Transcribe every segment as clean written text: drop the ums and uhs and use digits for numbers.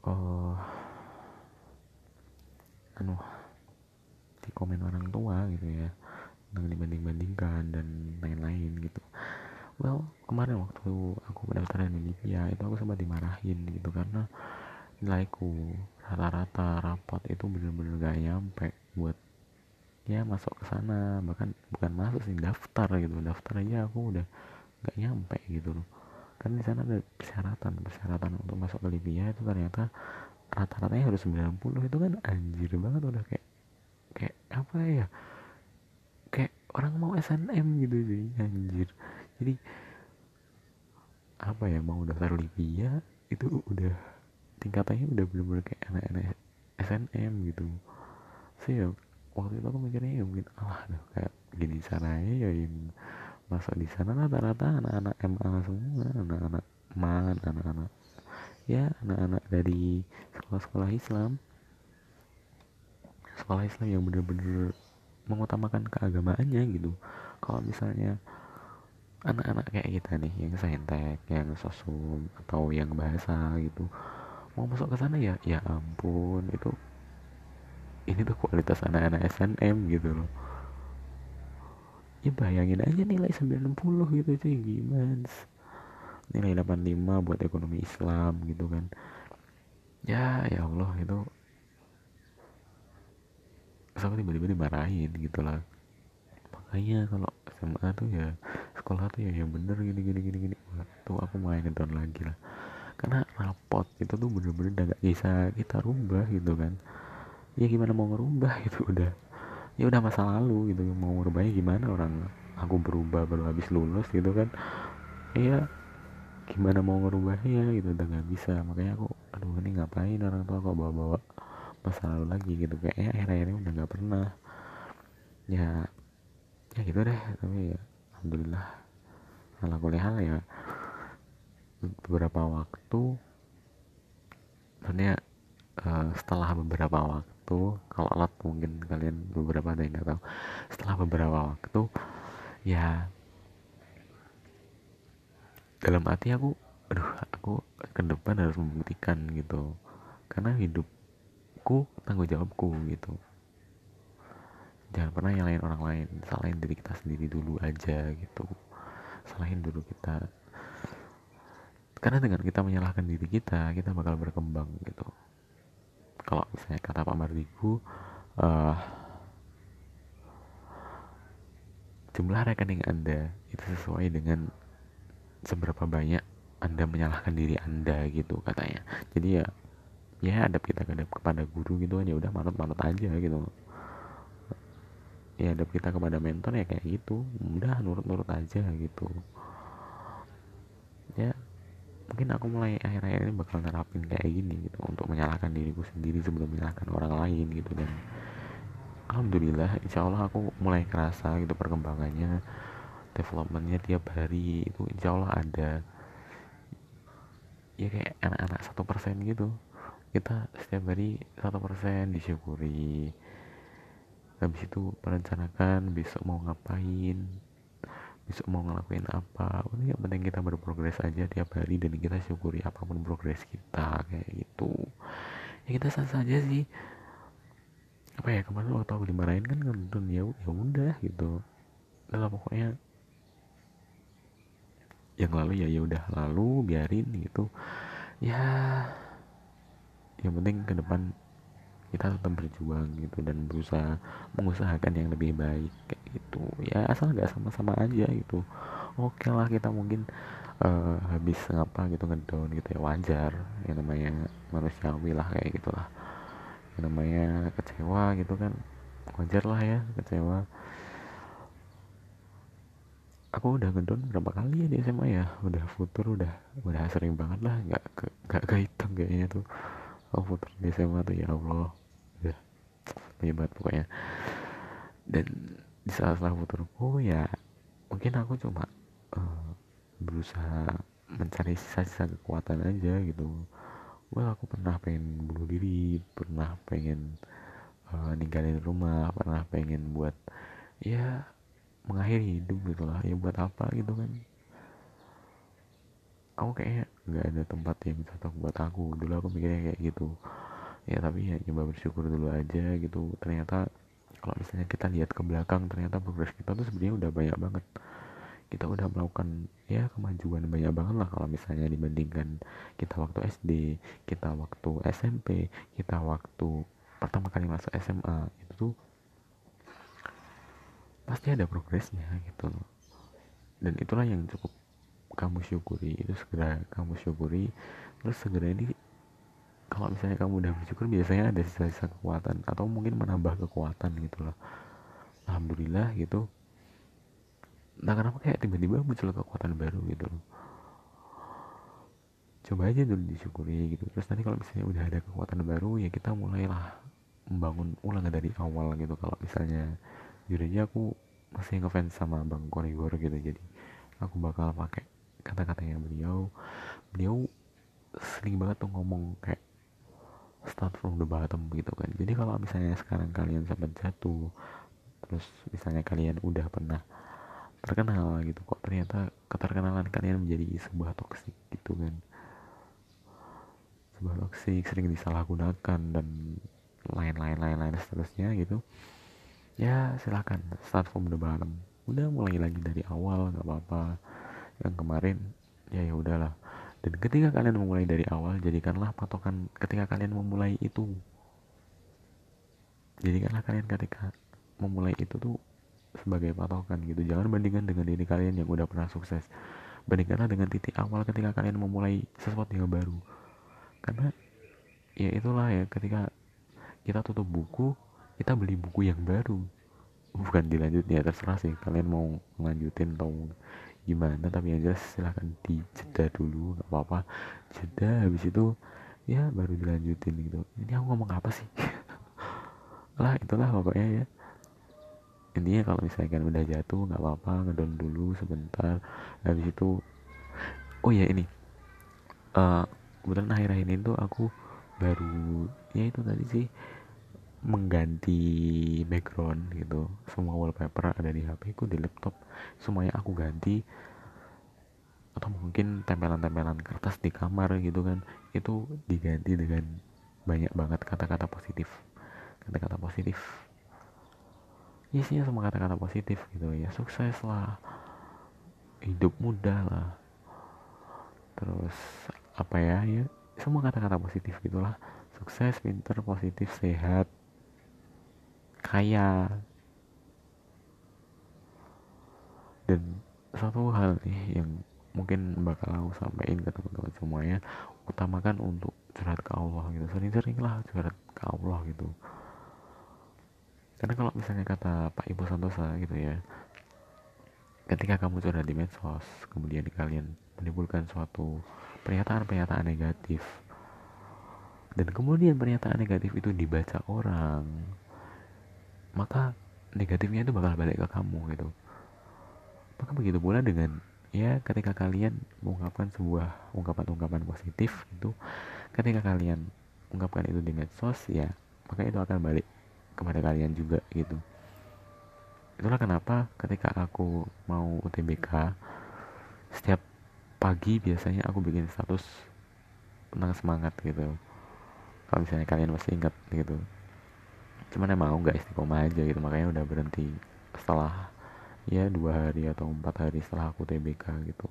uh, anu di komen orang tua gitu ya, yang dibanding-bandingkan dan lain-lain gitu. Well, kemarin waktu aku pendaftaran di Livia itu aku sempat dimarahin gitu karena nilaiku rata-rata rapot itu bener-bener gak nyampe buat ya masuk ke sana, bahkan bukan masuk sih, daftar gitu, daftar aja aku udah gak nyampe gitu loh. Kan di sana ada persyaratan untuk masuk ke Livia itu ternyata rata-ratanya harus 90. Itu kan anjir banget, udah kayak kayak apa ya, kayak orang mau SNM gitu sih anjir. Jadi apa ya, mau daftar Livia itu udah tingkatannya udah bener-bener kayak anak-anak SNM gitu sih ya. Waktu itu aku mikirnya ya mungkin dah kayak gini caranya ya yang masuk di sana rata-rata anak-anak MA semua, anak-anak MAN, anak-anak ya anak-anak dari sekolah-sekolah Islam, sekolah Islam yang bener-bener mengutamakan keagamaannya gitu. Kalau misalnya anak-anak kayak kita nih yang saintek, yang sosum atau yang bahasa gitu mau masuk ke sana ya ya ampun, itu ini tuh kualitas anak-anak SNM gitu loh. Ya bayangin aja nilai 90 gitu cuy, gimana, nilai 85 buat ekonomi Islam gitu kan. Ya Allah, itu sama tiba-tiba dimarahin gitu lah. Makanya kalau SMA tuh ya, sekolah tuh ya yang bener gini gini gini gini. Wah, tuh aku main down lagi lah, karena rapot itu tuh bener-bener udah gak bisa kita rubah gitu kan. Ya gimana mau ngerubah gitu, udah ya udah masa lalu gitu, mau ngerubahnya gimana, orang aku berubah baru habis lulus gitu kan. Iya, gimana mau ngerubahnya gitu, udah nggak bisa. Makanya aku aduh ini ngapain orang tua kok bawa-bawa masa lalu lagi gitu, kayaknya akhir-akhir ini udah nggak pernah. Ya ya gitu deh, tapi ya alhamdulillah ala kulli hal ya, beberapa waktu sebenarnya setelah beberapa waktu, kalau alat mungkin kalian beberapa ada yang nggak tahu, setelah beberapa waktu ya dalam hati aku, aduh aku ke depan harus membuktikan gitu, karena hidupku tanggung jawabku gitu. Jangan pernah nyalain orang lain, salahin diri kita sendiri dulu aja gitu, salahin dulu kita, karena dengan kita menyalahkan diri kita bakal berkembang gitu. Kalau misalnya kata Pak Mardigu, uh, jumlah rekening anda itu sesuai dengan seberapa banyak anda menyalahkan diri anda gitu katanya. Jadi ya ya adab kita kepada guru gitu kan, ya udah manut-manut aja gitu. Ya adab kita kepada mentor ya kayak gitu, udah nurut-nurut aja gitu. Ya mungkin aku mulai akhir-akhir ini bakal nerapin kayak gini gitu, untuk menyalahkan diriku sendiri sebelum menyalahkan orang lain gitu. Dan alhamdulillah insya Allah aku mulai kerasa gitu perkembangannya, developmentnya tiap hari itu insya Allah ada. Ya kayak anak-anak 1% gitu, kita setiap hari 1% disyukuri, habis itu merencanakan besok mau ngapain, besok mau ngelakuin apa. Udah yang penting kita berprogres aja tiap hari, dan kita syukuri apapun progres kita kayak gitu. Ya kita sah saja sih. Apa ya, kemarin waktu aku dimarahin kan nonton, ya ya udah gitu. Lah pokoknya yang lalu ya ya udah lalu, biarin gitu. Ya yang penting ke depan kita tetap berjuang gitu dan berusaha mengusahakan yang lebih baik kayak gitu. Ya asal nggak sama-sama aja gitu. Oke lah, kita mungkin habis ngapa gitu ngedown gitu ya, wajar, yang namanya manusiawi lah kayak gitulah. Yang namanya kecewa gitu kan, wajar lah ya kecewa. Aku udah ngedown berapa kali ya di SMA ya, udah futur, udah sering banget lah, nggak kehitung kayaknya tuh. Aku futur di SMA tuh ya Allah, udah banyak banget pokoknya. Dan di saat-saat futurku ya mungkin aku cuma uh, berusaha mencari sisa-sisa kekuatan aja gitu. Well, aku pernah pengen bunuh diri, pernah pengen ninggalin rumah, pernah pengen buat ya mengakhiri hidup gitu lah, ya buat apa gitu kan. aku kayaknya nggak ada tempat yang cocok buat aku. Dulu aku mikirnya kayak gitu ya, tapi ya coba bersyukur dulu aja gitu. Ternyata kalau misalnya kita lihat ke belakang, ternyata progres kita tuh sebenarnya udah banyak banget. Kita udah melakukan ya kemajuan banyak banget lah kalau misalnya dibandingkan kita waktu SD, kita waktu SMP, kita waktu pertama kali masuk SMA. Itu tuh pasti ada progresnya gitu loh. Dan itulah yang cukup kamu syukuri, itu segera kamu syukuri. Terus segera ini, kalau misalnya kamu udah bersyukur, biasanya ada sisa-sisa kekuatan atau mungkin menambah kekuatan gitu loh. Alhamdulillah gitu. Nah kenapa kayak tiba-tiba muncul kekuatan baru gitu loh. Coba aja dulu disyukuri gitu. Terus nanti kalau misalnya udah ada kekuatan baru, ya kita mulailah membangun ulang dari awal gitu. Kalau misalnya jujur aja aku masih ngefans sama Bang Korigor gitu, jadi aku bakal pakai kata-katanya beliau. Beliau sering banget tuh ngomong kayak start from the bottom gitu kan. Jadi kalau misalnya sekarang kalian sempat jatuh, terus misalnya kalian udah pernah terkenal gitu, kok ternyata keterkenalan kalian menjadi sebuah toksik gitu kan, sebuah toksik, sering disalahgunakan dan lain-lain seterusnya gitu, ya silakan start from the bottom. Udah mulai lagi dari awal, nggak apa-apa. Yang kemarin ya udahlah. Dan ketika kalian memulai dari awal, jadikanlah patokan ketika kalian memulai itu. Jadikanlah kalian ketika memulai itu tuh sebagai patokan gitu. Jangan bandingkan dengan diri kalian yang udah pernah sukses. Bandingkanlah dengan titik awal ketika kalian memulai sesuatu yang baru. Karena ya itulah ya, ketika kita tutup buku, kita beli buku yang baru. Bukan dilanjut, ya terserah sih kalian mau melanjutin atau gimana, tapi yang jelas silahkan dijeda dulu, nggak apa-apa. Jeda, habis itu ya baru dilanjutin gitu. Ini aku ngomong apa sih? Lah itulah pokoknya ya. Intinya kalau misalkan udah jatuh nggak apa-apa, ngedown dulu sebentar. Habis itu, oh ya ini, kebetulan akhir-akhir ini tuh aku baru, ya itu tadi sih, mengganti background gitu. Semua wallpaper ada di HP ku, di laptop, semuanya aku ganti. Atau mungkin tempelan-tempelan kertas di kamar gitu kan, itu diganti dengan banyak banget kata-kata positif. Kata-kata positif, isinya semua kata-kata positif gitu ya. Sukses lah, hidup mudah lah, terus apa ya, ya semua kata-kata positif gitulah. Sukses, pinter, positif, sehat, kaya. Dan satu hal nih yang mungkin bakal aku sampaikan ke teman-teman semuanya, utamakan untuk curhat ke Allah gitu. Sering-seringlah curhat ke Allah gitu. Karena kalau misalnya kata Pak Ibu Santosa gitu ya, ketika kamu curhat di medsos, kemudian kalian menimbulkan suatu pernyataan-pernyataan negatif, dan kemudian pernyataan negatif itu dibaca orang, maka negatifnya itu bakal balik ke kamu gitu. Maka begitu pula dengan ya ketika kalian mengungkapkan sebuah ungkapan-ungkapan positif itu, ketika kalian ungkapkan itu di medsos, ya maka itu akan balik kepada kalian juga gitu. Itulah kenapa ketika aku mau UTBK, setiap pagi biasanya aku bikin status tentang semangat gitu. Kalau misalnya kalian masih ingat gitu. Cuman emang aku nggak istiqomah aja gitu, makanya udah berhenti setelah ya 2 hari atau 4 hari setelah aku TBK gitu.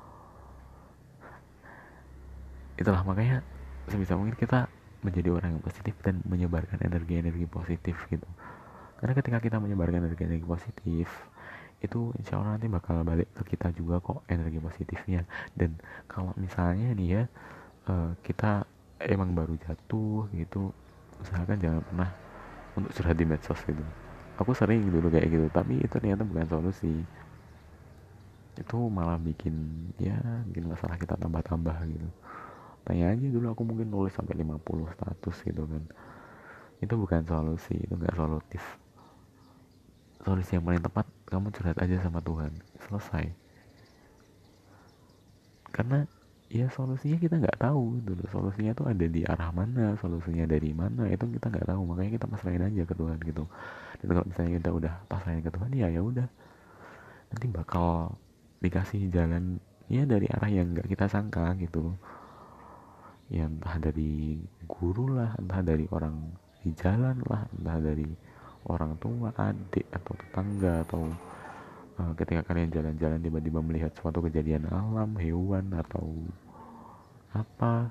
Itulah makanya sebisa mungkin kita menjadi orang yang positif dan menyebarkan energi-energi positif gitu. Karena ketika kita menyebarkan energi-energi positif, itu insya Allah nanti bakal balik ke kita juga kok energi positifnya. Dan kalau misalnya nih ya, kita emang baru jatuh gitu, usahakan jangan pernah untuk curhat di medsos gitu. Aku sering dulu kayak gitu, tapi itu ternyata bukan solusi. Itu malah bikin ya bikin masalah kita tambah-tambah gitu. Tanya aja dulu, aku mungkin nulis sampai 50 status gitu kan. Itu bukan solusi, itu nggak solutif. Solusi yang paling tepat, kamu curhat aja sama Tuhan, selesai. Karena ya solusinya kita nggak tahu gitu. Solusinya tuh ada di arah mana, solusinya dari mana, itu kita nggak tahu. Makanya kita pasrahin aja ke Tuhan gitu. Dan kalau misalnya kita udah pasrahin ke Tuhan, ya ya udah, nanti bakal dikasih jalan ya dari arah yang nggak kita sangka gitu, ya entah dari guru lah, entah dari orang di jalan lah, entah dari orang tua, adik atau tetangga, atau ketika kalian jalan-jalan tiba-tiba melihat suatu kejadian alam, hewan atau apa,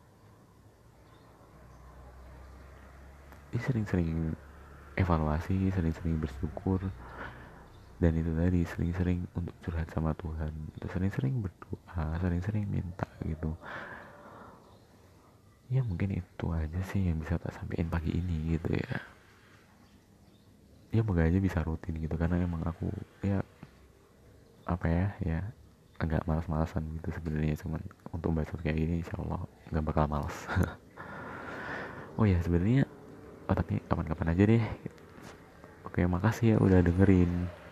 sering-sering evaluasi, sering-sering bersyukur, dan itu tadi sering-sering untuk curhat sama Tuhan, sering-sering berdoa, sering-sering minta gitu. Ya mungkin itu aja sih yang bisa tak sampaikan pagi ini gitu ya. Ya moga aja bisa rutin gitu, karena emang aku ya apa ya, ya agak malas-malasan gitu sebenarnya, cuman untuk bahas kayak gini insya Allah nggak bakal males. Oh ya sebenarnya, oh tapi kapan-kapan aja deh. Oke makasih ya udah dengerin.